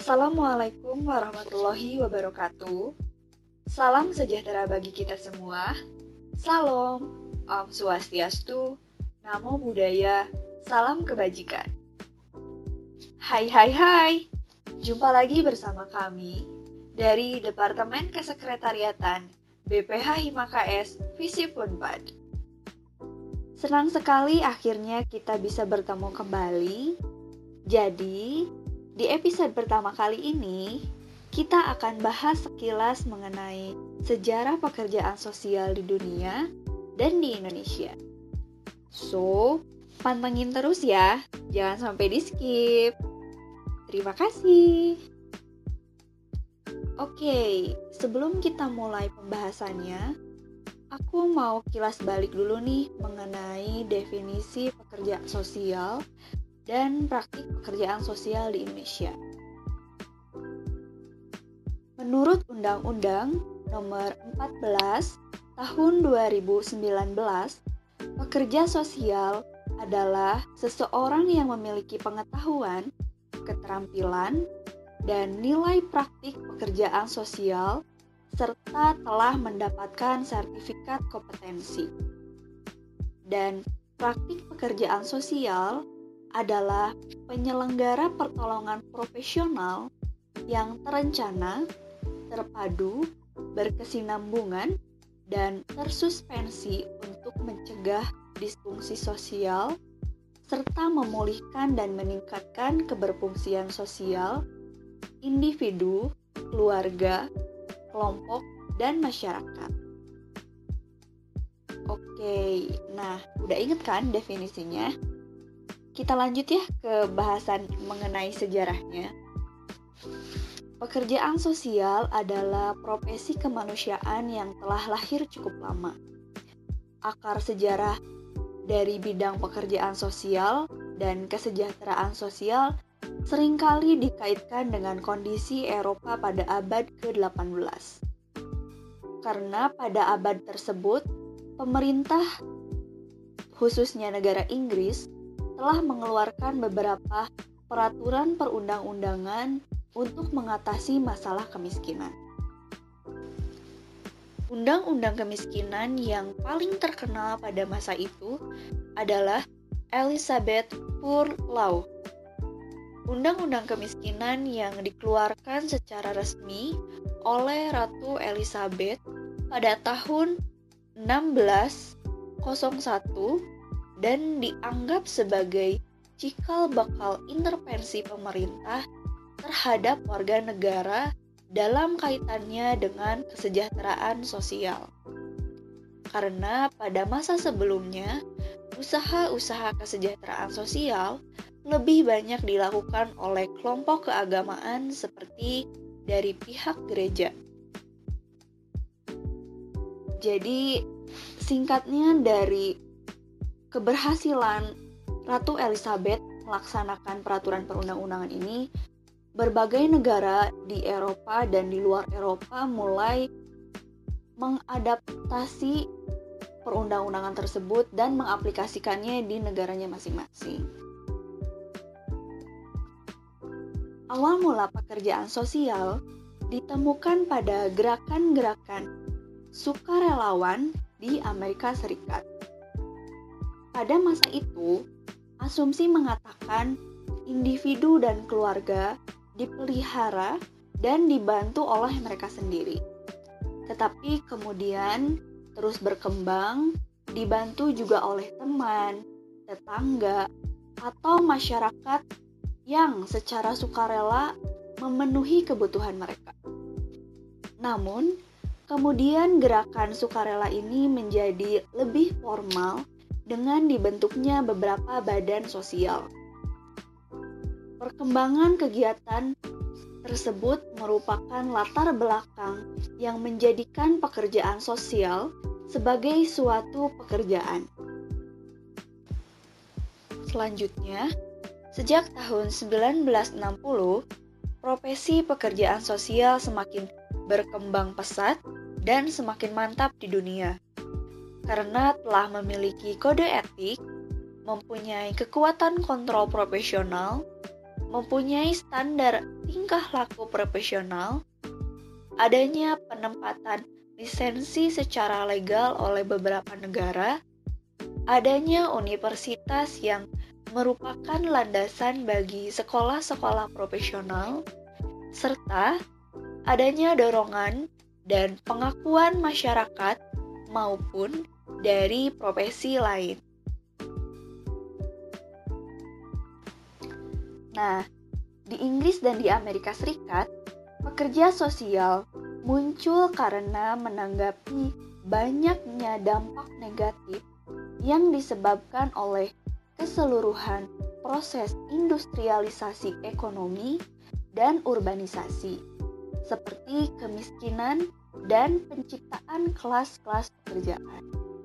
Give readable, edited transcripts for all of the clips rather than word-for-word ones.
Assalamualaikum warahmatullahi wabarakatuh. Salam sejahtera bagi kita semua. Salam, Om Swastiastu, Namo Buddhaya, salam kebajikan. Hai. Jumpa lagi bersama kami dari Departemen Kesekretariatan BPH Himakas Visip Unpad. Senang sekali akhirnya kita bisa bertemu kembali. Jadi, di episode pertama kali ini, kita akan bahas sekilas mengenai sejarah pekerjaan sosial di dunia dan di Indonesia. So, pantengin terus ya, jangan sampai di-skip. Terima kasih. Oke, sebelum kita mulai pembahasannya, aku mau kilas balik dulu nih mengenai definisi pekerjaan sosial dan praktik pekerjaan sosial di Indonesia. Menurut Undang-Undang Nomor 14 Tahun 2019, pekerja sosial adalah seseorang yang memiliki pengetahuan, keterampilan, dan nilai praktik pekerjaan sosial serta telah mendapatkan sertifikat kompetensi. Dan praktik pekerjaan sosial adalah penyelenggara pertolongan profesional yang terencana, terpadu, berkesinambungan, dan tersuspensi untuk mencegah disfungsi sosial, serta memulihkan dan meningkatkan keberfungsian sosial, individu, keluarga, kelompok, dan masyarakat. Oke, nah udah inget kan definisinya? Kita lanjut ya ke bahasan mengenai sejarahnya. Pekerjaan sosial adalah profesi kemanusiaan yang telah lahir cukup lama. Akar sejarah dari bidang pekerjaan sosial dan kesejahteraan sosial seringkali dikaitkan dengan kondisi Eropa pada abad ke-18. Karena pada abad tersebut, pemerintah, khususnya negara Inggris, telah mengeluarkan beberapa peraturan perundang-undangan untuk mengatasi masalah kemiskinan. Undang-undang kemiskinan yang paling terkenal pada masa itu adalah Elizabeth Poor Law. Undang-undang kemiskinan yang dikeluarkan secara resmi oleh Ratu Elizabeth pada tahun 1601 dan dianggap sebagai cikal bakal intervensi pemerintah terhadap warga negara dalam kaitannya dengan kesejahteraan sosial. Karena pada masa sebelumnya, usaha-usaha kesejahteraan sosial lebih banyak dilakukan oleh kelompok keagamaan seperti dari pihak gereja. Jadi, singkatnya dari keberhasilan Ratu Elizabeth melaksanakan peraturan perundang-undangan ini, berbagai negara di Eropa dan di luar Eropa mulai mengadaptasi perundang-undangan tersebut dan mengaplikasikannya di negaranya masing-masing. Awal mula pekerjaan sosial ditemukan pada gerakan-gerakan sukarelawan di Amerika Serikat. Pada masa itu, asumsi mengatakan individu dan keluarga dipelihara dan dibantu oleh mereka sendiri. Tetapi kemudian terus berkembang, dibantu juga oleh teman, tetangga, atau masyarakat yang secara sukarela memenuhi kebutuhan mereka. Namun, kemudian gerakan sukarela ini menjadi lebih formal dengan dibentuknya beberapa badan sosial. Perkembangan kegiatan tersebut merupakan latar belakang yang menjadikan pekerjaan sosial sebagai suatu pekerjaan. Selanjutnya, sejak tahun 1960, profesi pekerjaan sosial semakin berkembang pesat dan semakin mantap di dunia. Karena telah memiliki kode etik, mempunyai kekuatan kontrol profesional, mempunyai standar tingkah laku profesional, adanya penempatan lisensi secara legal oleh beberapa negara, adanya universitas yang merupakan landasan bagi sekolah-sekolah profesional, serta adanya dorongan dan pengakuan masyarakat maupun dari profesi lain. Nah, di Inggris dan di Amerika Serikat, pekerja sosial muncul karena menanggapi banyaknya dampak negatif yang disebabkan oleh keseluruhan proses industrialisasi ekonomi dan urbanisasi, seperti kemiskinan dan penciptaan kelas-kelas pekerjaan.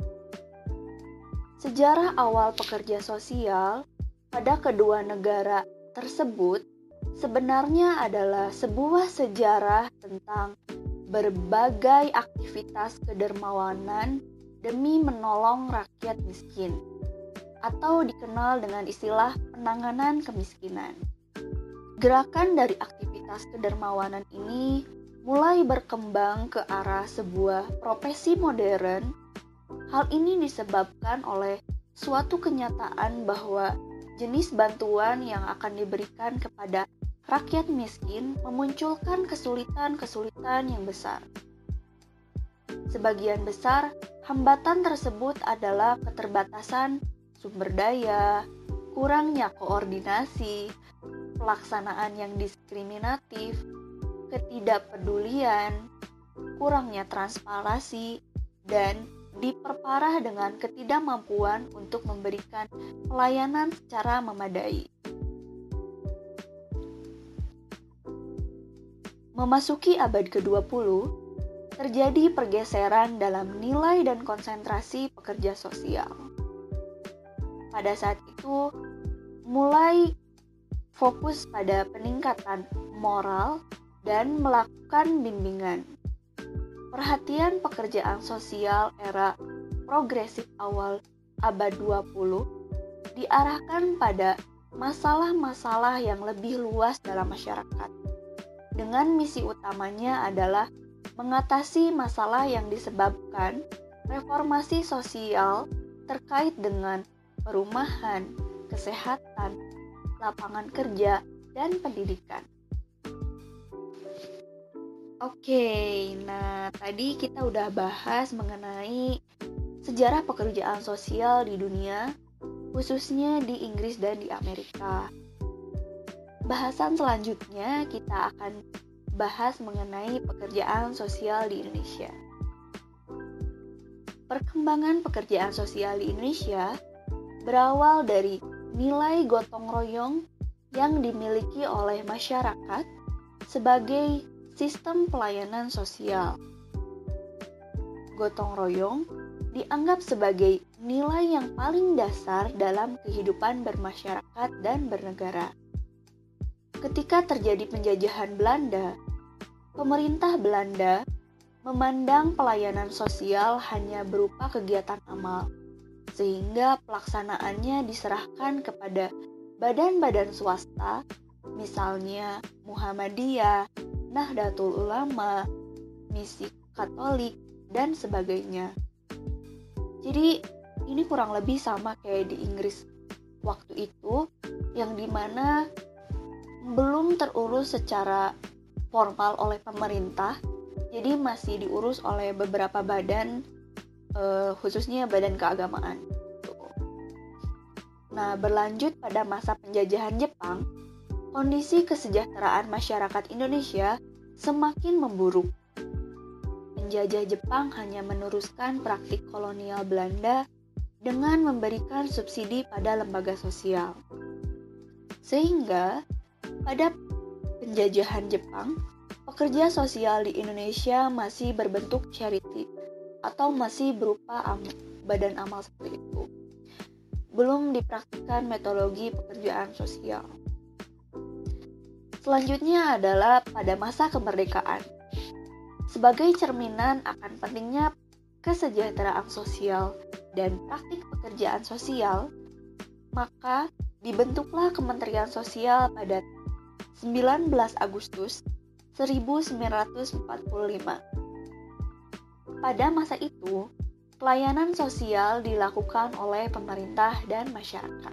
Sejarah awal pekerja sosial pada kedua negara tersebut sebenarnya adalah sebuah sejarah tentang berbagai aktivitas kedermawanan demi menolong rakyat miskin, atau dikenal dengan istilah penanganan kemiskinan. Gerakan dari aktivitas kedermawanan ini mulai berkembang ke arah sebuah profesi modern. Hal ini disebabkan oleh suatu kenyataan bahwa jenis bantuan yang akan diberikan kepada rakyat miskin memunculkan kesulitan-kesulitan yang besar. Sebagian besar hambatan tersebut adalah keterbatasan sumber daya, kurangnya koordinasi, pelaksanaan yang diskriminatif, ketidakpedulian, kurangnya transparansi, dan diperparah dengan ketidakmampuan untuk memberikan pelayanan secara memadai. Memasuki abad ke-20, terjadi pergeseran dalam nilai dan konsentrasi pekerja sosial. Pada saat itu, mulai fokus pada peningkatan moral dan melakukan bimbingan. Perhatian pekerjaan sosial era progresif awal abad 20 diarahkan pada masalah-masalah yang lebih luas dalam masyarakat, dengan misi utamanya adalah mengatasi masalah yang disebabkan reformasi sosial terkait dengan perumahan, kesehatan, lapangan kerja, dan pendidikan. Oke, nah tadi kita udah bahas mengenai sejarah pekerjaan sosial di dunia, khususnya di Inggris dan di Amerika. Bahasan selanjutnya kita akan bahas mengenai pekerjaan sosial di Indonesia. Perkembangan pekerjaan sosial di Indonesia berawal dari nilai gotong royong yang dimiliki oleh masyarakat sebagai sistem pelayanan sosial. Gotong royong dianggap sebagai nilai yang paling dasar dalam kehidupan bermasyarakat dan bernegara. Ketika terjadi penjajahan Belanda, pemerintah Belanda memandang pelayanan sosial hanya berupa kegiatan amal, sehingga pelaksanaannya diserahkan kepada badan-badan swasta, misalnya Muhammadiyah, Nahdlatul Ulama, Misi Katolik, dan sebagainya. Jadi ini kurang lebih sama kayak di Inggris waktu itu, yang dimana belum terurus secara formal oleh pemerintah, jadi masih diurus oleh beberapa badan, khususnya badan keagamaan. Nah, berlanjut pada masa penjajahan Jepang, kondisi kesejahteraan masyarakat Indonesia semakin memburuk. Penjajah Jepang hanya meneruskan praktik kolonial Belanda dengan memberikan subsidi pada lembaga sosial. Sehingga pada penjajahan Jepang, pekerja sosial di Indonesia masih berbentuk charity atau masih berupa badan amal seperti itu. Belum dipraktikkan metodologi pekerjaan sosial. Selanjutnya adalah pada masa kemerdekaan. Sebagai cerminan akan pentingnya kesejahteraan sosial dan praktik pekerjaan sosial, maka dibentuklah Kementerian Sosial pada 19 Agustus 1945. Pada masa itu, pelayanan sosial dilakukan oleh pemerintah dan masyarakat.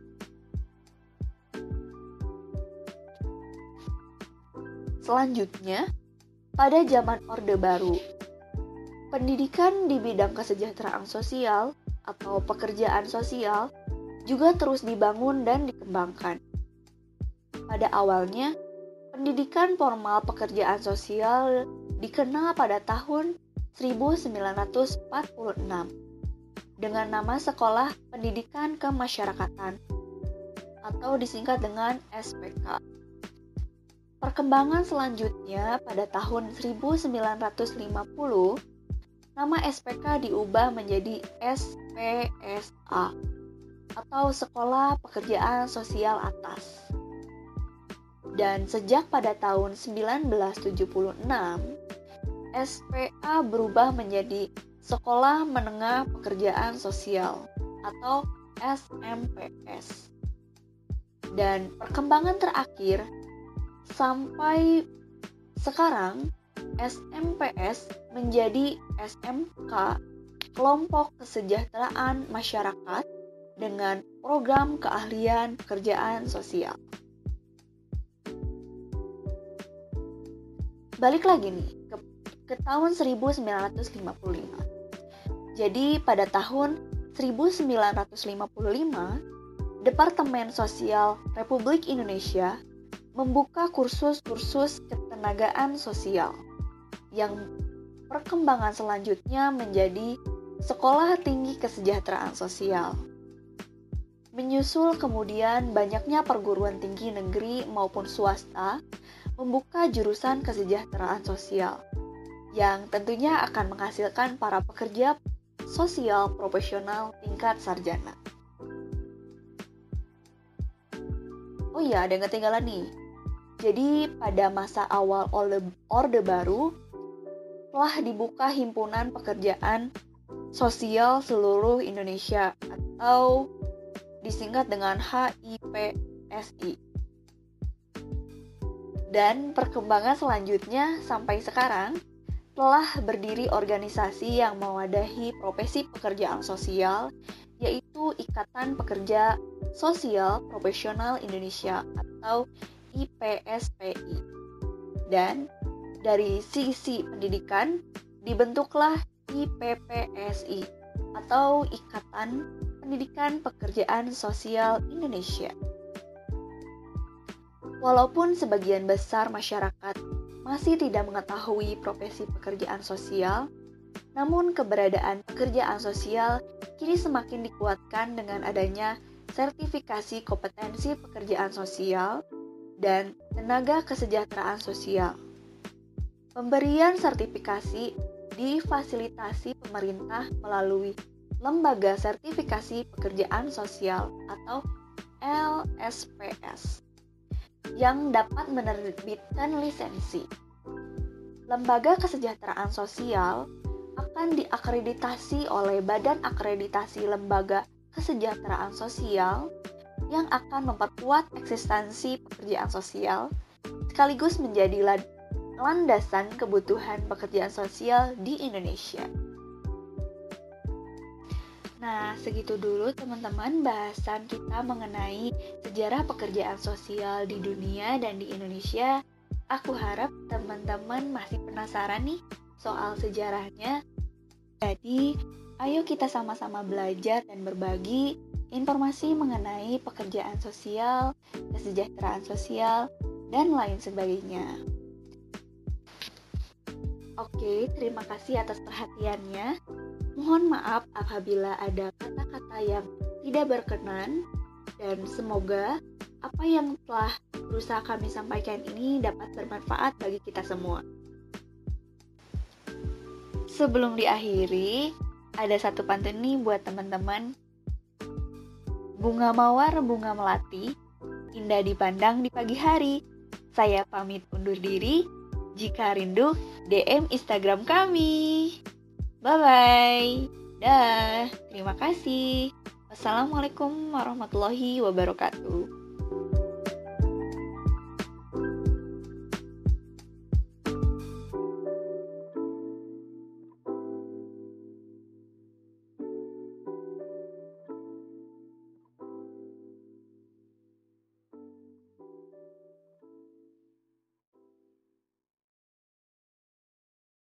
Selanjutnya, pada zaman Orde Baru, pendidikan di bidang kesejahteraan sosial atau pekerjaan sosial juga terus dibangun dan dikembangkan. Pada awalnya, pendidikan formal pekerjaan sosial dikenal pada tahun 1946 dengan nama Sekolah Pendidikan Kemasyarakatan atau disingkat dengan SPK. Perkembangan selanjutnya pada tahun 1950, nama SPK diubah menjadi SPSA atau Sekolah Pekerjaan Sosial Atas. Dan sejak pada tahun 1976, SPA berubah menjadi Sekolah Menengah Pekerjaan Sosial atau SMPS. Dan perkembangan terakhir sampai sekarang, SMPS menjadi SMK, Kelompok Kesejahteraan Masyarakat dengan program keahlian pekerjaan sosial. Balik lagi nih ke tahun 1955. Jadi pada tahun 1955, Departemen Sosial Republik Indonesia membuka kursus-kursus ketenagaan sosial yang perkembangan selanjutnya menjadi Sekolah Tinggi Kesejahteraan Sosial. Menyusul kemudian banyaknya perguruan tinggi negeri maupun swasta membuka jurusan kesejahteraan sosial yang tentunya akan menghasilkan para pekerja sosial profesional tingkat sarjana. Oh iya, ada yang ketinggalan nih. Jadi pada masa awal Orde Baru telah dibuka Himpunan Pekerjaan Sosial Seluruh Indonesia atau disingkat dengan HIPSI. Dan perkembangan selanjutnya sampai sekarang telah berdiri organisasi yang mewadahi profesi pekerjaan sosial, yaitu Ikatan Pekerja Sosial Profesional Indonesia atau IPSPI. Dan dari sisi pendidikan dibentuklah IPPSI atau Ikatan Pendidikan Pekerjaan Sosial Indonesia. Walaupun sebagian besar masyarakat masih tidak mengetahui profesi pekerjaan sosial, namun keberadaan pekerjaan sosial kini semakin dikuatkan dengan adanya sertifikasi kompetensi pekerjaan sosial dan tenaga kesejahteraan sosial. Pemberian sertifikasi difasilitasi pemerintah melalui Lembaga Sertifikasi Pekerjaan Sosial atau LSPS yang dapat menerbitkan lisensi. Lembaga Kesejahteraan Sosial akan diakreditasi oleh Badan Akreditasi Lembaga Kesejahteraan Sosial yang akan memperkuat eksistensi pekerjaan sosial sekaligus menjadi landasan kebutuhan pekerjaan sosial di Indonesia. Nah, segitu dulu teman-teman bahasan kita mengenai sejarah pekerjaan sosial di dunia dan di Indonesia. Aku harap teman-teman masih penasaran nih soal sejarahnya. Jadi, ayo kita sama-sama belajar dan berbagi informasi mengenai pekerjaan sosial, kesejahteraan sosial, dan lain sebagainya. Oke, terima kasih atas perhatiannya. Mohon maaf apabila ada kata-kata yang tidak berkenan, dan semoga apa yang telah berusaha kami sampaikan ini dapat bermanfaat bagi kita semua. Sebelum diakhiri, ada satu pantun nih buat teman-teman. Bunga mawar, bunga melati, indah dipandang di pagi hari. Saya pamit undur diri. Jika rindu, DM Instagram kami. Bye-bye. Dah, terima kasih. Wassalamualaikum warahmatullahi wabarakatuh.